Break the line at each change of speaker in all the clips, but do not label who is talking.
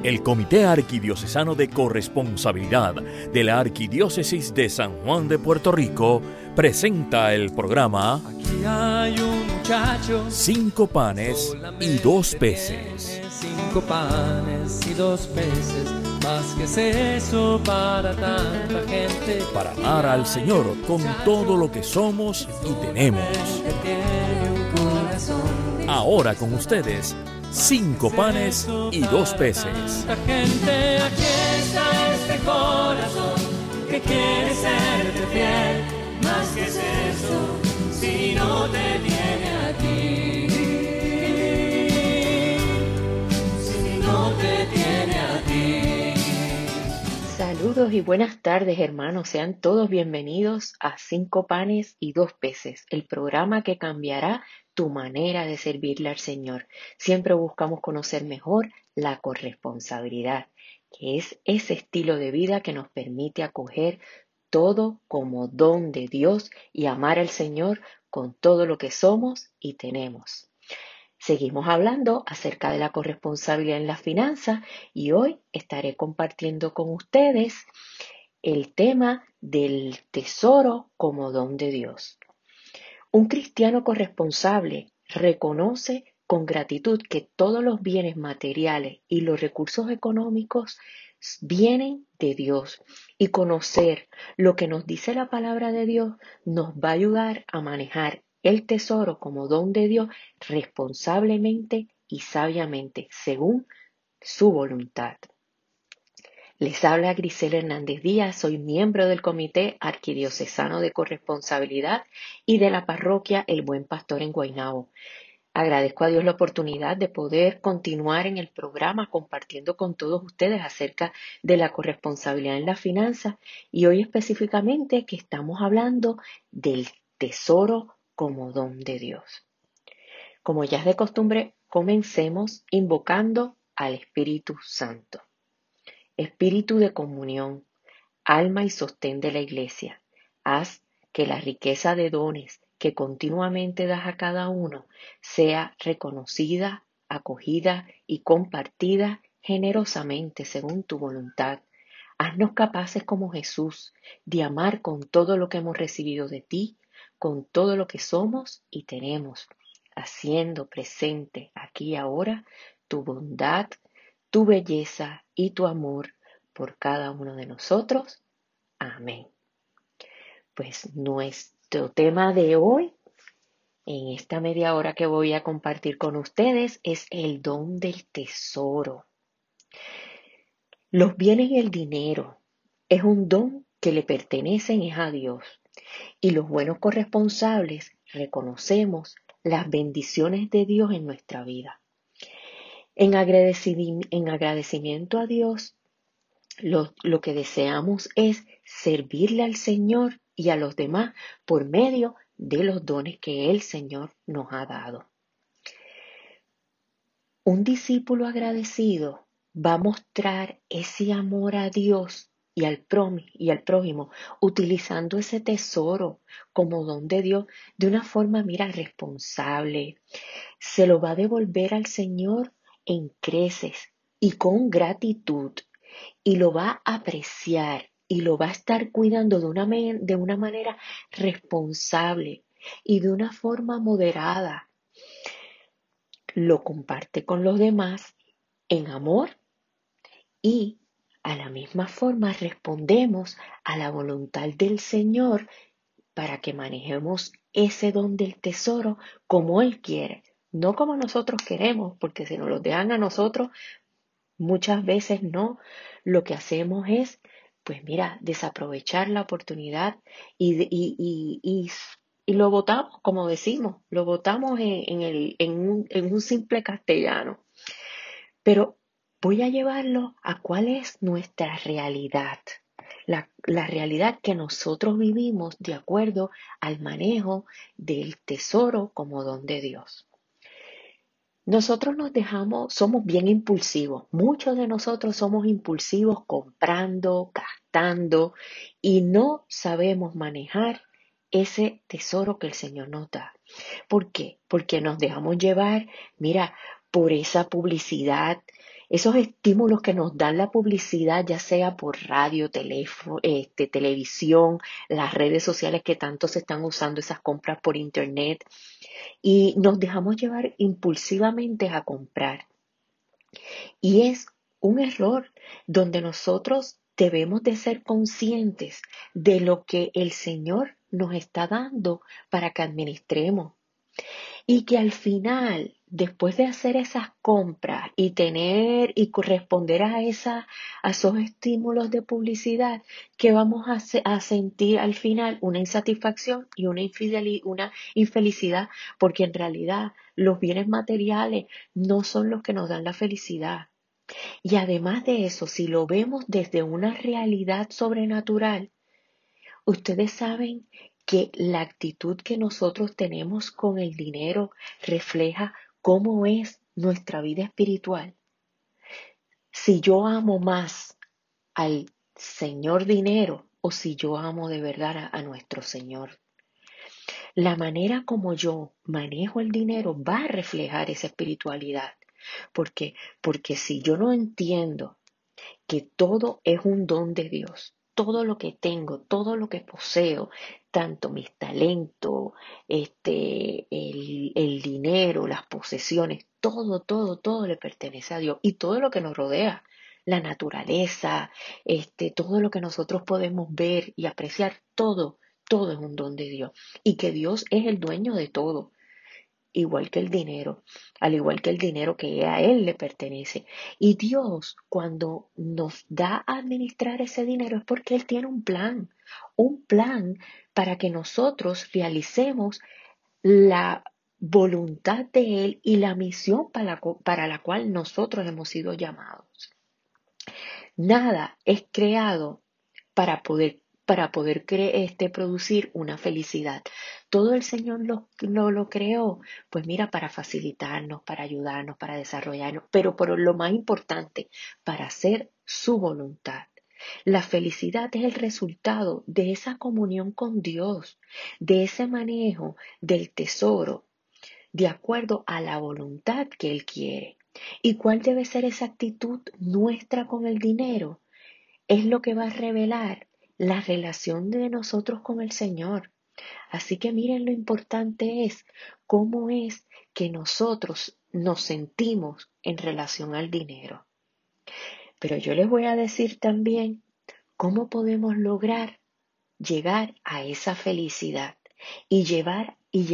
El Comité Arquidiocesano de Corresponsabilidad de la Arquidiócesis de San Juan de Puerto Rico presenta el programa
Aquí hay un muchacho,
5 panes y 2 peces.
5 panes y 2 peces, más que es eso para tanta gente.
Para amar al Señor con todo lo que somos y tenemos. Ahora con ustedes, 5 panes y 2 peces.
Gente, aquí está este corazón que quiere serte fiel, más que es eso si no te tiene a ti, si no te tiene a ti.
Saludos y buenas tardes, hermanos. Sean todos bienvenidos a 5 panes y 2 peces, el programa que cambiará tu manera de servirle al Señor. Siempre buscamos conocer mejor la corresponsabilidad, que es ese estilo de vida que nos permite acoger todo como don de Dios y amar al Señor con todo lo que somos y tenemos. Seguimos hablando acerca de la corresponsabilidad en las finanzas y hoy estaré compartiendo con ustedes el tema del tesoro como don de Dios. Un cristiano corresponsable reconoce con gratitud que todos los bienes materiales y los recursos económicos vienen de Dios, y conocer lo que nos dice la palabra de Dios nos va a ayudar a manejar el tesoro como don de Dios responsablemente y sabiamente, según su voluntad. Les habla Grisela Hernández Díaz, soy miembro del Comité Arquidiocesano de Corresponsabilidad y de la parroquia El Buen Pastor en Guaynabo. Agradezco a Dios la oportunidad de poder continuar en el programa compartiendo con todos ustedes acerca de la corresponsabilidad en las finanzas y hoy específicamente que estamos hablando del tesoro como don de Dios. Como ya es de costumbre, comencemos invocando al Espíritu Santo. Espíritu de comunión, alma y sostén de la Iglesia, haz que la riqueza de dones que continuamente das a cada uno sea reconocida, acogida y compartida generosamente según tu voluntad. Haznos capaces como Jesús de amar con todo lo que hemos recibido de ti, con todo lo que somos y tenemos, haciendo presente aquí y ahora tu bondad, tu belleza y tu amor por cada uno de nosotros. Amén. Pues nuestro tema de hoy, en esta media hora que voy a compartir con ustedes, es el don del tesoro. Los bienes y el dinero es un don que le pertenecen a Dios, y los buenos corresponsables reconocemos las bendiciones de Dios en nuestra vida. En agradecimiento a Dios, lo que deseamos es servirle al Señor y a los demás por medio de los dones que el Señor nos ha dado. Un discípulo agradecido va a mostrar ese amor a Dios y al prójimo, utilizando ese tesoro como don de Dios de una forma, responsable. Se lo va a devolver al Señor en creces y con gratitud, y lo va a apreciar y lo va a estar cuidando de una manera responsable y de una forma moderada. Lo comparte con los demás en amor y a la misma forma respondemos a la voluntad del Señor para que manejemos ese don del tesoro como Él quiere, no como nosotros queremos, porque si nos lo dejan a nosotros, muchas veces no. Lo que hacemos es, desaprovechar la oportunidad y lo botamos, como decimos, lo botamos en un simple castellano. Pero voy a llevarlo a cuál es nuestra realidad, la realidad que nosotros vivimos de acuerdo al manejo del tesoro como don de Dios. Nosotros somos bien impulsivos. Muchos de nosotros somos impulsivos comprando, gastando y no sabemos manejar ese tesoro que el Señor nos da. ¿Por qué? Porque nos dejamos llevar, por esa publicidad Esos estímulos que nos dan la publicidad, ya sea por radio, teléfono, televisión, las redes sociales que tanto se están usando, esas compras por internet, y nos dejamos llevar impulsivamente a comprar. Y es un error donde nosotros debemos de ser conscientes de lo que el Señor nos está dando para que administremos. Y que al final, después de hacer esas compras y tener y corresponder a esos estímulos de publicidad, que vamos a sentir al final una insatisfacción y una infelicidad, porque en realidad los bienes materiales no son los que nos dan la felicidad. Y además de eso, si lo vemos desde una realidad sobrenatural, ustedes saben que la actitud que nosotros tenemos con el dinero refleja cómo es nuestra vida espiritual. Si yo amo más al Señor dinero o si yo amo de verdad a nuestro Señor. La manera como yo manejo el dinero va a reflejar esa espiritualidad. Porque si yo no entiendo que todo es un don de Dios, todo lo que tengo, todo lo que poseo, tanto mis talentos, el dinero, las posesiones, todo le pertenece a Dios y todo lo que nos rodea, la naturaleza, todo lo que nosotros podemos ver y apreciar, todo es un don de Dios y que Dios es el dueño de todo. Igual que el dinero, al igual que el dinero que a Él le pertenece. Y Dios, cuando nos da a administrar ese dinero, es porque Él tiene un plan para que nosotros realicemos la voluntad de Él y la misión para la cual nosotros hemos sido llamados. Nada es creado para poder producir una felicidad. Todo el Señor lo creó, pues mira, para facilitarnos, para ayudarnos, para desarrollarnos, pero por lo más importante, para hacer su voluntad. La felicidad es el resultado de esa comunión con Dios, de ese manejo del tesoro, de acuerdo a la voluntad que Él quiere. ¿Y cuál debe ser esa actitud nuestra con el dinero? Es lo que va a revelar la relación de nosotros con el Señor. Así que miren lo importante es cómo es que nosotros nos sentimos en relación al dinero. Pero yo les voy a decir también cómo podemos lograr llegar a esa felicidad y llevar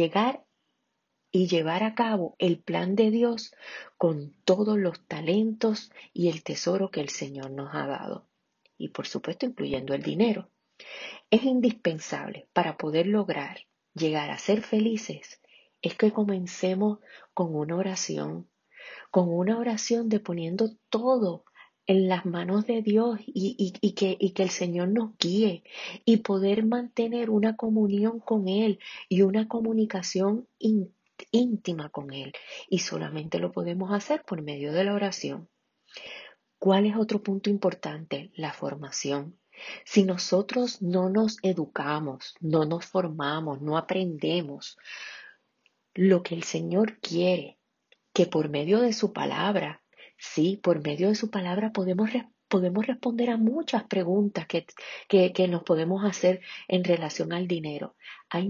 a cabo el plan de Dios con todos los talentos y el tesoro que el Señor nos ha dado. Y por supuesto incluyendo el dinero. Es indispensable para poder lograr llegar a ser felices, es que comencemos con una oración de poniendo todo en las manos de Dios y que el Señor nos guíe y poder mantener una comunión con Él y una comunicación íntima con Él. Y solamente lo podemos hacer por medio de la oración. ¿Cuál es otro punto importante? La formación. Si nosotros no nos educamos, no nos formamos, no aprendemos lo que el Señor quiere, que por medio de su palabra, sí, por medio de su palabra podemos responder a muchas preguntas que nos podemos hacer en relación al dinero. Hay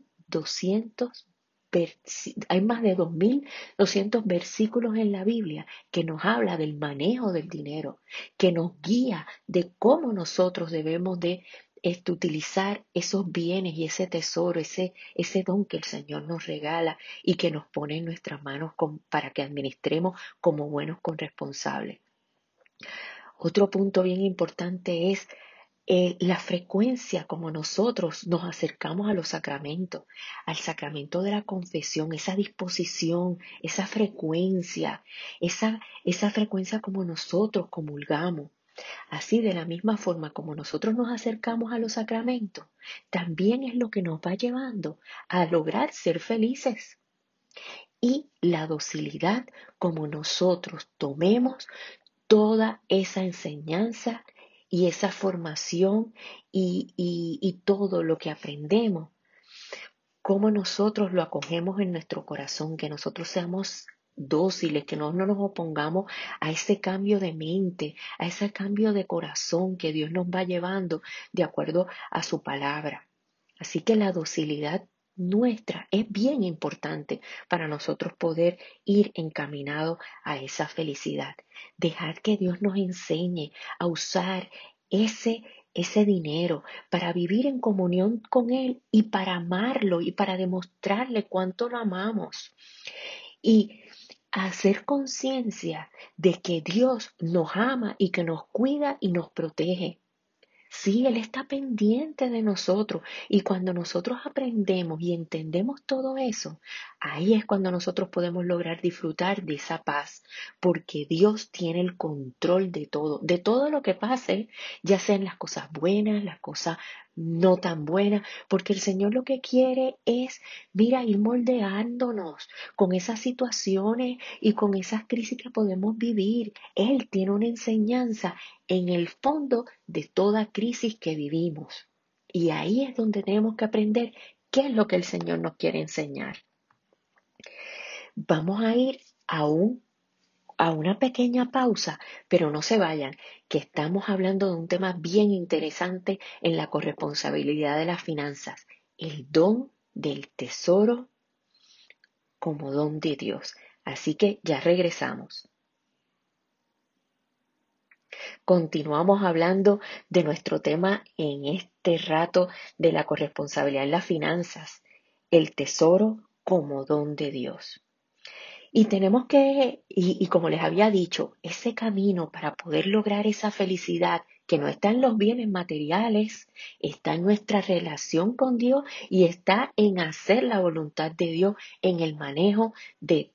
más de 2.200 versículos en la Biblia que nos habla del manejo del dinero, que nos guía de cómo nosotros debemos de utilizar esos bienes y ese tesoro, ese don que el Señor nos regala y que nos pone en nuestras manos para que administremos como buenos corresponsables. Otro punto bien importante es la frecuencia como nosotros nos acercamos a los sacramentos, al sacramento de la confesión, esa disposición, esa frecuencia como nosotros comulgamos. Así, de la misma forma como nosotros nos acercamos a los sacramentos, también es lo que nos va llevando a lograr ser felices. Y la docilidad como nosotros tomemos toda esa enseñanza y esa formación y todo lo que aprendemos, cómo nosotros lo acogemos en nuestro corazón, que nosotros seamos dóciles, que no nos opongamos a ese cambio de mente, a ese cambio de corazón que Dios nos va llevando de acuerdo a su palabra. Así que la docilidad nuestra es bien importante para nosotros poder ir encaminados a esa felicidad. Dejar que Dios nos enseñe a usar ese dinero para vivir en comunión con Él y para amarlo y para demostrarle cuánto lo amamos. Y hacer conciencia de que Dios nos ama y que nos cuida y nos protege. Sí, Él está pendiente de nosotros y cuando nosotros aprendemos y entendemos todo eso, ahí es cuando nosotros podemos lograr disfrutar de esa paz, porque Dios tiene el control de todo lo que pase, ya sean las cosas buenas, las cosas no tan buenas, porque el Señor lo que quiere es, mira, ir moldeándonos con esas situaciones y con esas crisis que podemos vivir. Él tiene una enseñanza en el fondo de toda crisis que vivimos. Y ahí es donde tenemos que aprender qué es lo que el Señor nos quiere enseñar. Vamos a ir a una pequeña pausa, pero no se vayan, que estamos hablando de un tema bien interesante en la corresponsabilidad de las finanzas, el don del tesoro como don de Dios. Así que ya regresamos. Continuamos hablando de nuestro tema en este rato de la corresponsabilidad en las finanzas, el tesoro como don de Dios. Y tenemos que, y como les había dicho, ese camino para poder lograr esa felicidad que no está en los bienes materiales, está en nuestra relación con Dios y está en hacer la voluntad de Dios en el manejo de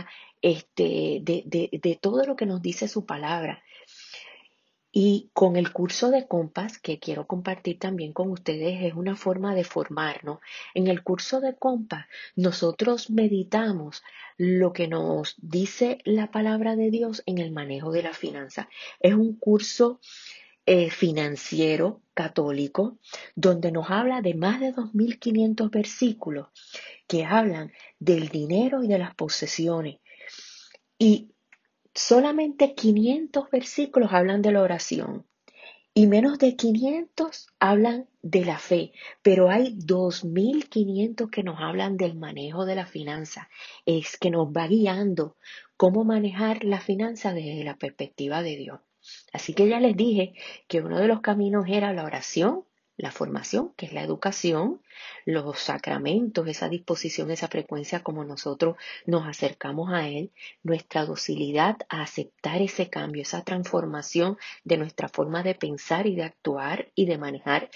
de todo lo que nos dice su palabra. Y con el curso de Compass, que quiero compartir también con ustedes, es una forma de formarnos. En el curso de Compass, nosotros meditamos lo que nos dice la palabra de Dios en el manejo de la finanza. Es un curso financiero católico donde nos habla de más de 2.500 versículos que hablan del dinero y de las posesiones. Y solamente 500 versículos hablan de la oración y menos de 500 hablan de la fe, pero hay 2.500 que nos hablan del manejo de la finanza. Es que nos va guiando cómo manejar la finanza desde la perspectiva de Dios. Así que ya les dije que uno de los caminos era la oración, la formación, que es la educación, los sacramentos, esa disposición, esa frecuencia como nosotros nos acercamos a Él, nuestra docilidad a aceptar ese cambio, esa transformación de nuestra forma de pensar y de actuar y de manejar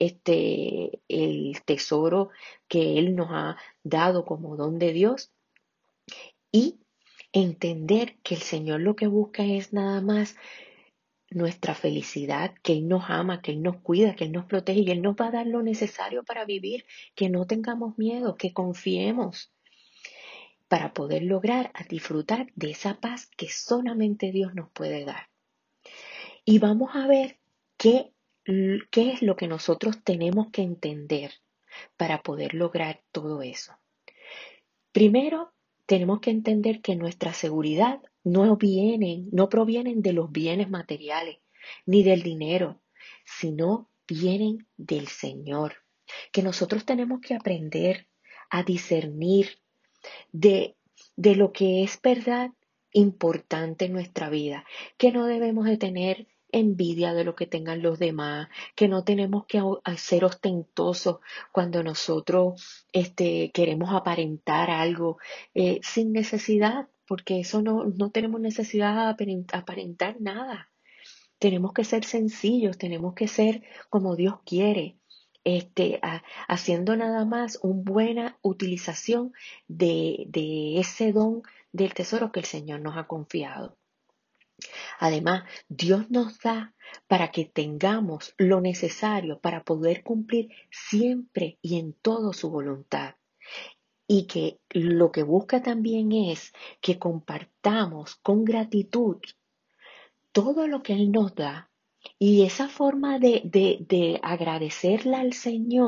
el tesoro que Él nos ha dado como don de Dios y entender que el Señor lo que busca es nada más nuestra felicidad, que Él nos ama, que Él nos cuida, que Él nos protege y Él nos va a dar lo necesario para vivir, que no tengamos miedo, que confiemos para poder lograr a disfrutar de esa paz que solamente Dios nos puede dar. Y vamos a ver qué es lo que nosotros tenemos que entender para poder lograr todo eso. Primero, tenemos que entender que nuestra seguridad no provienen de los bienes materiales ni del dinero, sino vienen del Señor. Que nosotros tenemos que aprender a discernir de lo que es verdad importante en nuestra vida, que no debemos de tener envidia de lo que tengan los demás, que no tenemos que ser ostentosos cuando nosotros queremos aparentar algo sin necesidad, porque eso no tenemos necesidad de aparentar nada. Tenemos que ser sencillos, tenemos que ser como Dios quiere, haciendo nada más una buena utilización de ese don del tesoro que el Señor nos ha confiado. Además, Dios nos da para que tengamos lo necesario para poder cumplir siempre y en todo su voluntad. Y que lo que busca también es que compartamos con gratitud todo lo que Él nos da. Y esa forma de agradecerle al Señor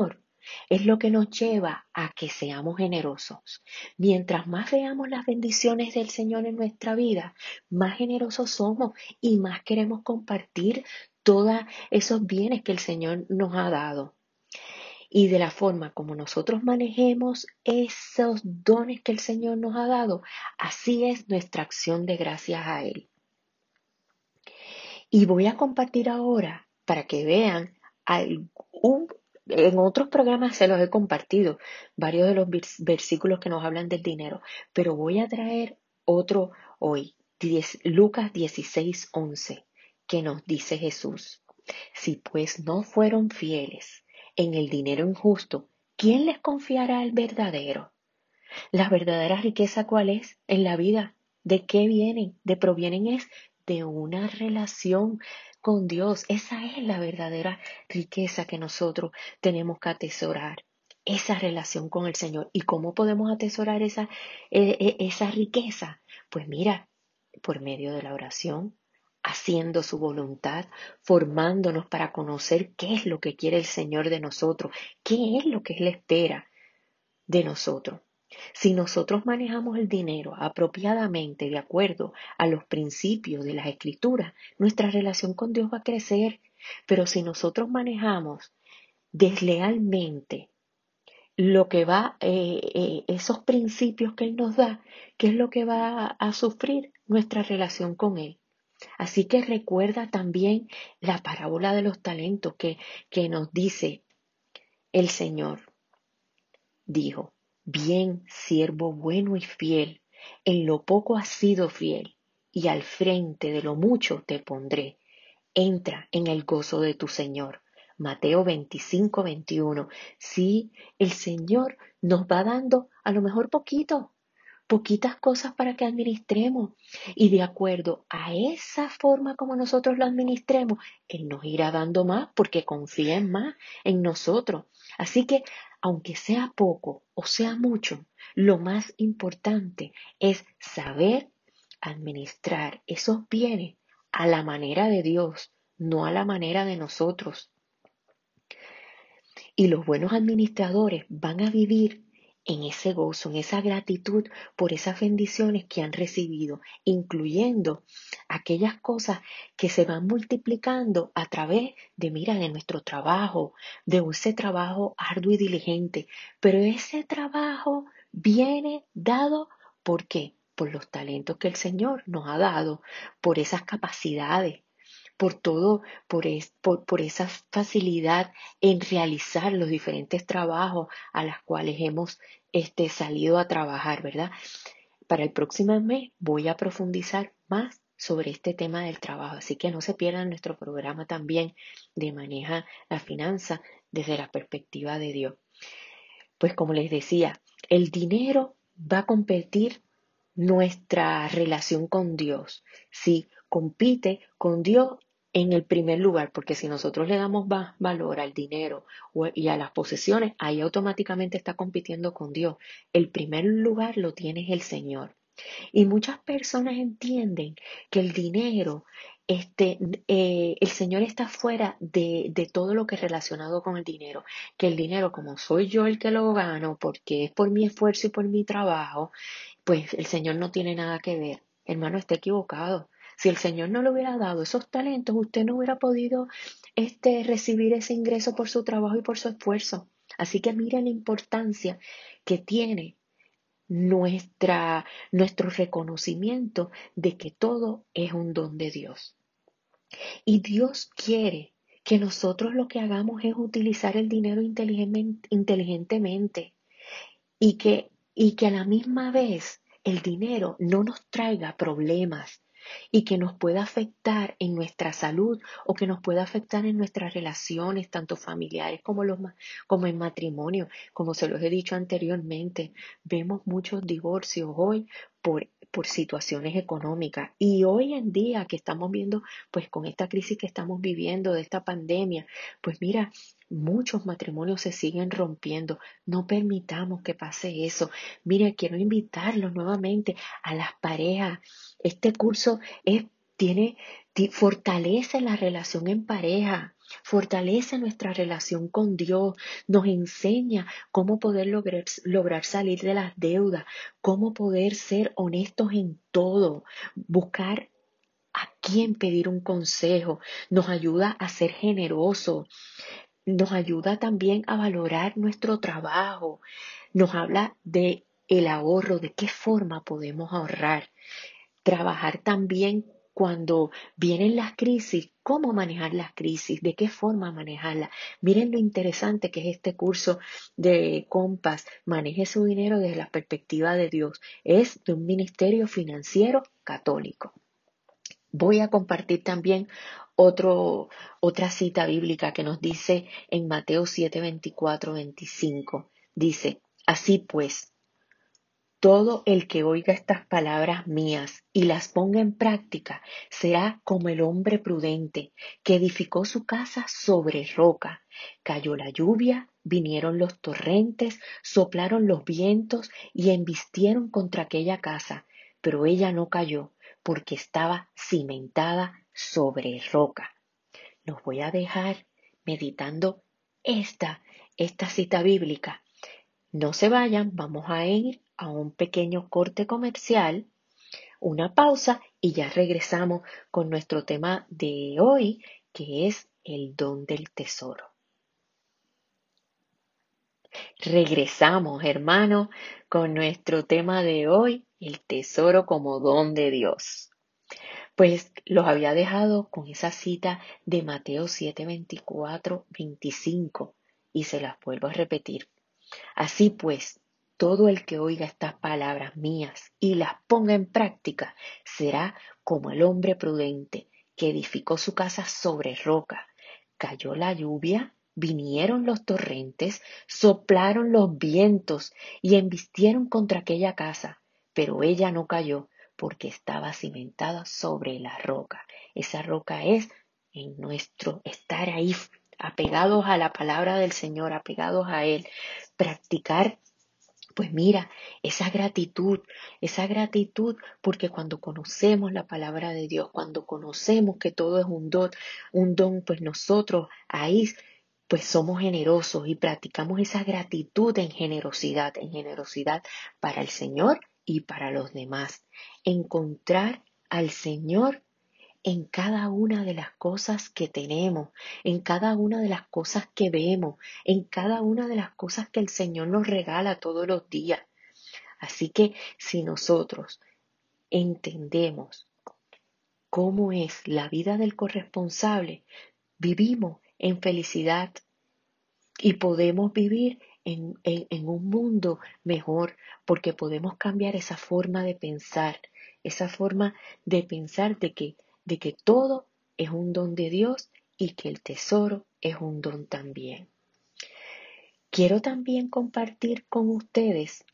es lo que nos lleva a que seamos generosos. Mientras más veamos las bendiciones del Señor en nuestra vida, más generosos somos y más queremos compartir todos esos bienes que el Señor nos ha dado. Y de la forma como nosotros manejemos esos dones que el Señor nos ha dado, así es nuestra acción de gracias a Él. Y voy a compartir ahora para que vean en otros programas se los he compartido, varios de los versículos que nos hablan del dinero, pero voy a traer otro hoy, Lucas 16:11, que nos dice Jesús: si pues no fueron fieles en el dinero injusto, ¿quién les confiará el verdadero? La verdadera riqueza, ¿cuál es? En la vida. ¿De qué vienen? Provienen es de una relación con Dios. Esa es la verdadera riqueza que nosotros tenemos que atesorar. Esa relación con el Señor. ¿Y cómo podemos atesorar esa riqueza? Pues mira, por medio de la oración, haciendo su voluntad, formándonos para conocer qué es lo que quiere el Señor de nosotros, qué es lo que Él espera de nosotros. Si nosotros manejamos el dinero apropiadamente de acuerdo a los principios de las Escrituras, nuestra relación con Dios va a crecer. Pero si nosotros manejamos deslealmente lo que va, esos principios que Él nos da, ¿qué es lo que va a sufrir? Nuestra relación con Él. Así que recuerda también la parábola de los talentos que nos dice el Señor. Dijo: bien, siervo bueno y fiel, en lo poco has sido fiel, y al frente de lo mucho te pondré. Entra en el gozo de tu Señor. Mateo 25:21. Sí, el Señor nos va dando a lo mejor poquitas cosas para que administremos. Y de acuerdo a esa forma como nosotros lo administremos, Él nos irá dando más porque confía más en nosotros. Así que, aunque sea poco o sea mucho, lo más importante es saber administrar esos bienes a la manera de Dios, no a la manera de nosotros. Y los buenos administradores van a vivir en ese gozo, en esa gratitud por esas bendiciones que han recibido, incluyendo aquellas cosas que se van multiplicando a través de nuestro trabajo, de ese trabajo arduo y diligente. Pero ese trabajo viene dado, ¿por qué? Por los talentos que el Señor nos ha dado, por esas capacidades, por todo, por esa facilidad en realizar los diferentes trabajos a los cuales hemos salido a trabajar, ¿verdad? Para el próximo mes voy a profundizar más sobre este tema del trabajo, así que no se pierdan nuestro programa también de Maneja la Finanza desde la perspectiva de Dios. Pues como les decía, el dinero va a competir nuestra relación con Dios. Sí, compite con Dios en el primer lugar, porque si nosotros le damos más valor al dinero y a las posesiones, ahí automáticamente está compitiendo con Dios. El primer lugar lo tiene el Señor. Y muchas personas entienden que el dinero, el Señor está fuera de todo lo que es relacionado con el dinero, que el dinero, como soy yo el que lo gano, porque es por mi esfuerzo y por mi trabajo, pues el Señor no tiene nada que ver. Hermano, está equivocado. Si el Señor no le hubiera dado esos talentos, usted no hubiera podido recibir ese ingreso por su trabajo y por su esfuerzo. Así que miren la importancia que tiene nuestro reconocimiento de que todo es un don de Dios. Y Dios quiere que nosotros lo que hagamos es utilizar el dinero inteligentemente y que a la misma vez el dinero no nos traiga problemas y que nos pueda afectar en nuestra salud o que nos pueda afectar en nuestras relaciones, tanto familiares como en matrimonio. Como se los he dicho anteriormente, vemos muchos divorcios hoy por situaciones económicas. Y hoy en día que estamos viendo, pues con esta crisis que estamos viviendo de esta pandemia, pues mira, muchos matrimonios se siguen rompiendo. No permitamos que pase eso. Mire, quiero invitarlos nuevamente a las parejas. Este curso tiene Fortalece la relación en pareja, fortalece nuestra relación con Dios, nos enseña cómo poder lograr salir de las deudas, cómo poder ser honestos en todo, buscar a quién pedir un consejo, nos ayuda a ser generosos, nos ayuda también a valorar nuestro trabajo, nos habla de el ahorro, de qué forma podemos ahorrar. Trabajar también cuando vienen las crisis, cómo manejar las crisis, de qué forma manejarlas. Miren lo interesante que es este curso de Compass, Maneje su dinero desde la perspectiva de Dios. Es de un ministerio financiero católico. Voy a compartir también otra cita bíblica que nos dice en Mateo 7, 24, 25. Dice, así pues, todo el que oiga estas palabras mías y las ponga en práctica será como el hombre prudente que edificó su casa sobre roca. Cayó la lluvia, vinieron los torrentes, soplaron los vientos y embistieron contra aquella casa, pero ella no cayó porque estaba cimentada sobre roca. Los voy a dejar meditando esta cita bíblica. No se vayan, vamos a ir a un pequeño corte comercial, una pausa y ya regresamos con nuestro tema de hoy, que es el don del tesoro. Regresamos, hermanos, con nuestro tema de hoy, el tesoro como don de Dios. Pues los había dejado con esa cita de Mateo 7, 24, 25 y se las vuelvo a repetir. Así pues, todo el que oiga estas palabras mías y las ponga en práctica será como el hombre prudente que edificó su casa sobre roca. Cayó la lluvia, vinieron los torrentes, soplaron los vientos y embistieron contra aquella casa, pero ella no cayó porque estaba cimentada sobre la roca. Esa roca es en nuestro estar ahí, apegados a la palabra del Señor, apegados a Él. Practicar, pues mira, esa gratitud, porque cuando conocemos la palabra de Dios, cuando conocemos que todo es un don, pues nosotros ahí pues somos generosos y practicamos esa gratitud en generosidad para el Señor y para los demás. Encontrar al Señor en cada una de las cosas que tenemos, en cada una de las cosas que vemos, en cada una de las cosas que el Señor nos regala todos los días. Así que si nosotros entendemos cómo es la vida del corresponsable, vivimos en felicidad y podemos vivir en un mundo mejor, porque podemos cambiar esa forma de pensar de que todo es un don de Dios y que el tesoro es un don también. Quiero también compartir con ustedes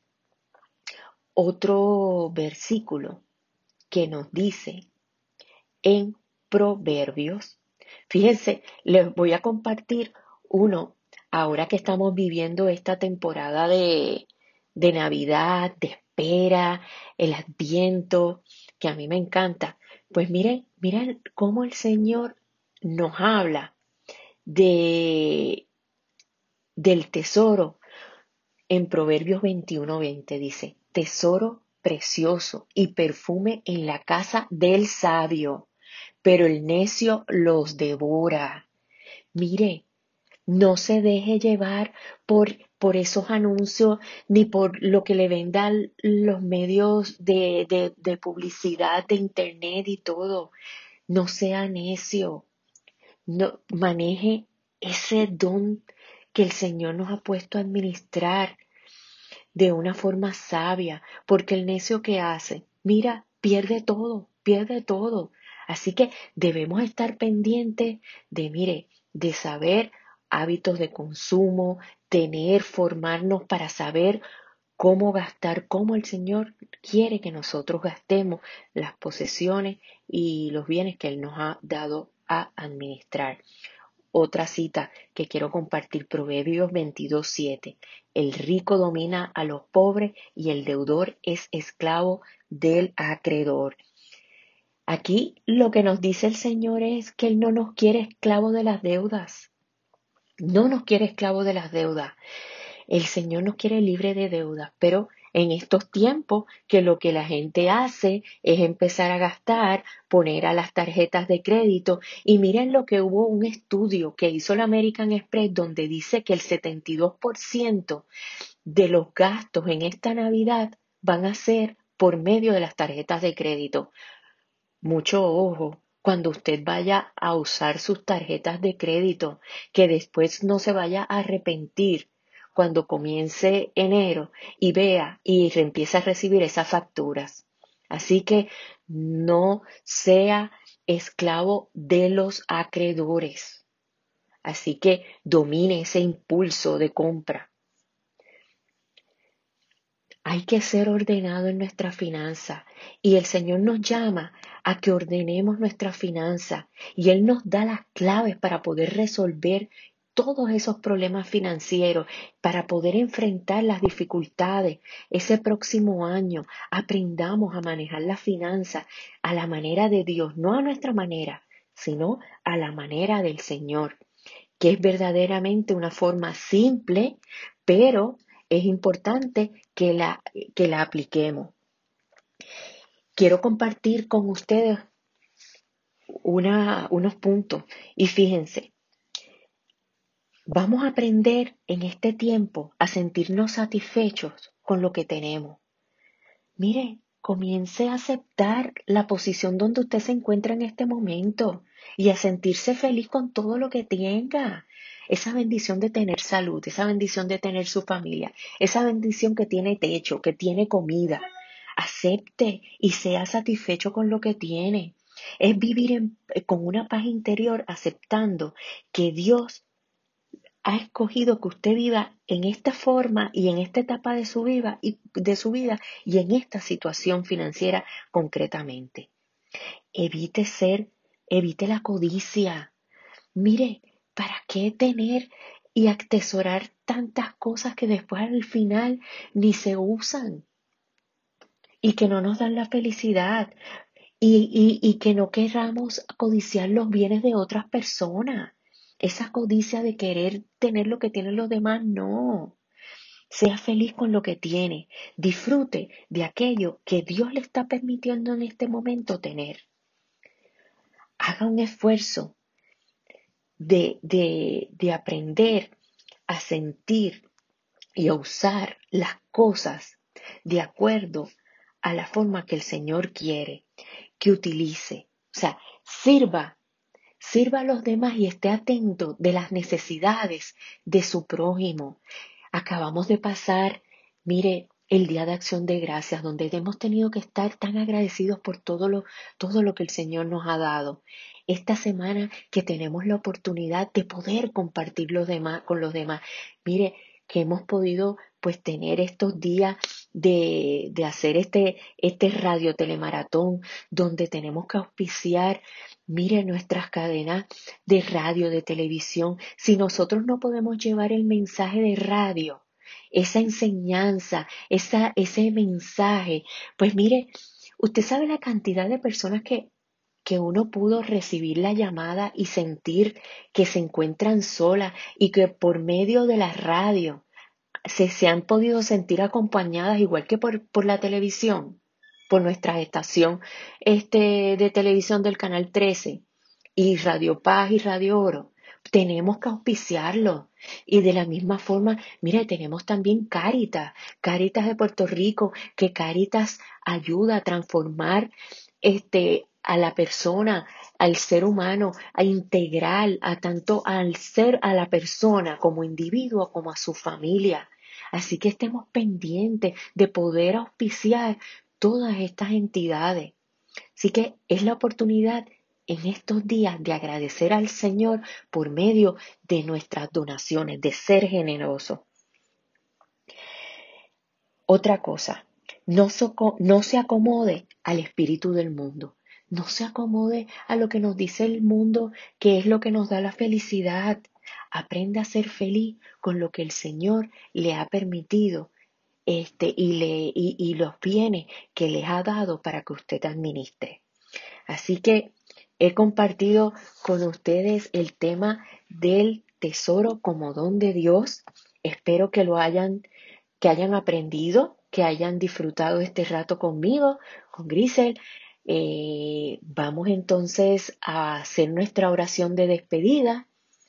otro versículo que nos dice en Proverbios. Fíjense, les voy a compartir uno ahora que estamos viviendo esta temporada de Navidad, de espera, el Adviento, que a mí me encanta. Pues miren cómo el Señor nos habla del tesoro. En Proverbios 21:20 dice, tesoro precioso y perfume en la casa del sabio, pero el necio los devora. Mire, no se deje llevar por esos anuncios ni por lo que le vendan los medios de publicidad de internet y todo. No sea necio. No, maneje ese don que el Señor nos ha puesto a administrar de una forma sabia, porque el necio que hace, mira, pierde todo. Así que debemos estar pendientes de saber hábitos de consumo, formarnos para saber cómo gastar, cómo el Señor quiere que nosotros gastemos las posesiones y los bienes que Él nos ha dado a administrar. Otra cita que quiero compartir, Proverbios 22:7. El rico domina a los pobres y el deudor es esclavo del acreedor. Aquí lo que nos dice el Señor es que Él no nos quiere esclavos de las deudas. No nos quiere esclavos de las deudas. El Señor nos quiere libre de deudas, pero en estos tiempos que lo que la gente hace es empezar a gastar, poner a las tarjetas de crédito, y miren lo que hubo un estudio que hizo la American Express donde dice que el 72% de los gastos en esta Navidad van a ser por medio de las tarjetas de crédito. Mucho ojo cuando usted vaya a usar sus tarjetas de crédito, que después no se vaya a arrepentir cuando comience enero y vea y empiece a recibir esas facturas. Así que no sea esclavo de los acreedores. Así que domine ese impulso de compra. Hay que ser ordenado en nuestra finanza y el Señor nos llama a que ordenemos nuestra finanza y Él nos da las claves para poder resolver todos esos problemas financieros, para poder enfrentar las dificultades. Ese próximo año aprendamos a manejar las finanzas a la manera de Dios, no a nuestra manera, sino a la manera del Señor, que es verdaderamente una forma simple, pero es importante que la apliquemos. Quiero compartir con ustedes unos puntos y fíjense, vamos a aprender en este tiempo a sentirnos satisfechos con lo que tenemos. Mire, comience a aceptar la posición donde usted se encuentra en este momento y a sentirse feliz con todo lo que tenga. Esa bendición de tener salud, esa bendición de tener su familia, esa bendición que tiene techo, que tiene comida. Acepte y sea satisfecho con lo que tiene. Es vivir con una paz interior, aceptando que Dios ha escogido que usted viva en esta forma y en esta etapa de su vida y en esta situación financiera concretamente. Evite la codicia. Mire, ¿para qué tener y atesorar tantas cosas que después al final ni se usan y que no nos dan la felicidad y que no queramos codiciar los bienes de otras personas? Esa codicia de querer tener lo que tienen los demás, no. Sea feliz con lo que tiene. Disfrute de aquello que Dios le está permitiendo en este momento tener. Haga un esfuerzo de aprender a sentir y a usar las cosas de acuerdo a la forma que el Señor quiere que utilice. O sea, sirva a los demás y esté atento de las necesidades de su prójimo. Acabamos de pasar, mire, el Día de Acción de Gracias, donde hemos tenido que estar tan agradecidos por todo lo que el Señor nos ha dado. Esta semana que tenemos la oportunidad de poder compartir con los demás. Mire, que hemos podido pues tener estos días de hacer este radio telemaratón, donde tenemos que auspiciar, mire, nuestras cadenas de radio, de televisión. Si nosotros no podemos llevar el mensaje de radio, esa enseñanza, ese mensaje, pues mire, usted sabe la cantidad de personas que uno pudo recibir la llamada y sentir que se encuentran solas y que por medio de la radio se han podido sentir acompañadas igual que por la televisión, por nuestra estación de televisión del Canal 13 y Radio Paz y Radio Oro. Tenemos que auspiciarlo. Y de la misma forma, mire, tenemos también Cáritas de Puerto Rico, que Cáritas ayuda a transformar a la persona, al ser humano, a integrar tanto al ser, a la persona como individuo, como a su familia. Así que estemos pendientes de poder auspiciar todas estas entidades. Así que es la oportunidad en estos días de agradecer al Señor por medio de nuestras donaciones, de ser generosos. Otra cosa, no se acomode al espíritu del mundo. No se acomode a lo que nos dice el mundo, que es lo que nos da la felicidad. Aprenda a ser feliz con lo que el Señor le ha permitido y los bienes que les ha dado para que usted administre. Así que he compartido con ustedes el tema del tesoro como don de Dios. Espero que hayan aprendido, que hayan disfrutado este rato conmigo, con Grisel. Vamos entonces a hacer nuestra oración de despedida.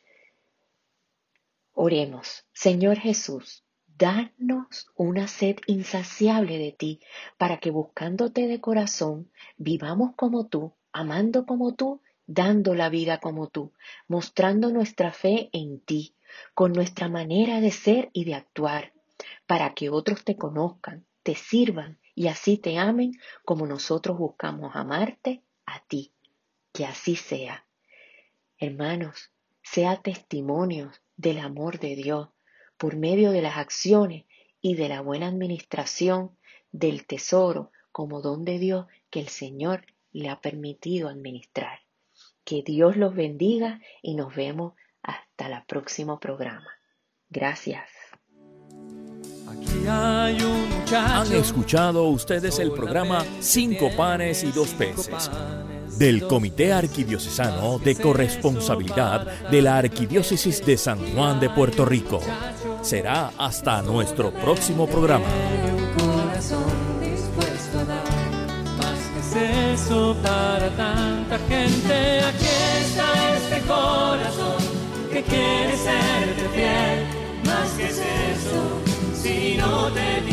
Oremos. Señor Jesús, danos una sed insaciable de ti, para que buscándote de corazón, vivamos como tú, amando como tú, dando la vida como tú, mostrando nuestra fe en ti, con nuestra manera de ser y de actuar, para que otros te conozcan, te sirvan y así te amen como nosotros buscamos amarte a ti. Que así sea. Hermanos, sea testimonios del amor de Dios por medio de las acciones y de la buena administración del tesoro como don de Dios que el Señor le ha permitido administrar. Que Dios los bendiga y nos vemos hasta el próximo programa. Gracias.
Aquí hay un muchacho.
Han escuchado ustedes el programa 5 panes y 2 peces del Comité Arquidiocesano de Corresponsabilidad de la Arquidiócesis de San Juan de Puerto Rico. Será hasta nuestro próximo programa.
Un corazón dispuesto a dar más que eso para tanta gente. Aquí está este corazón que quiere serte fiel. Más que eso, si no te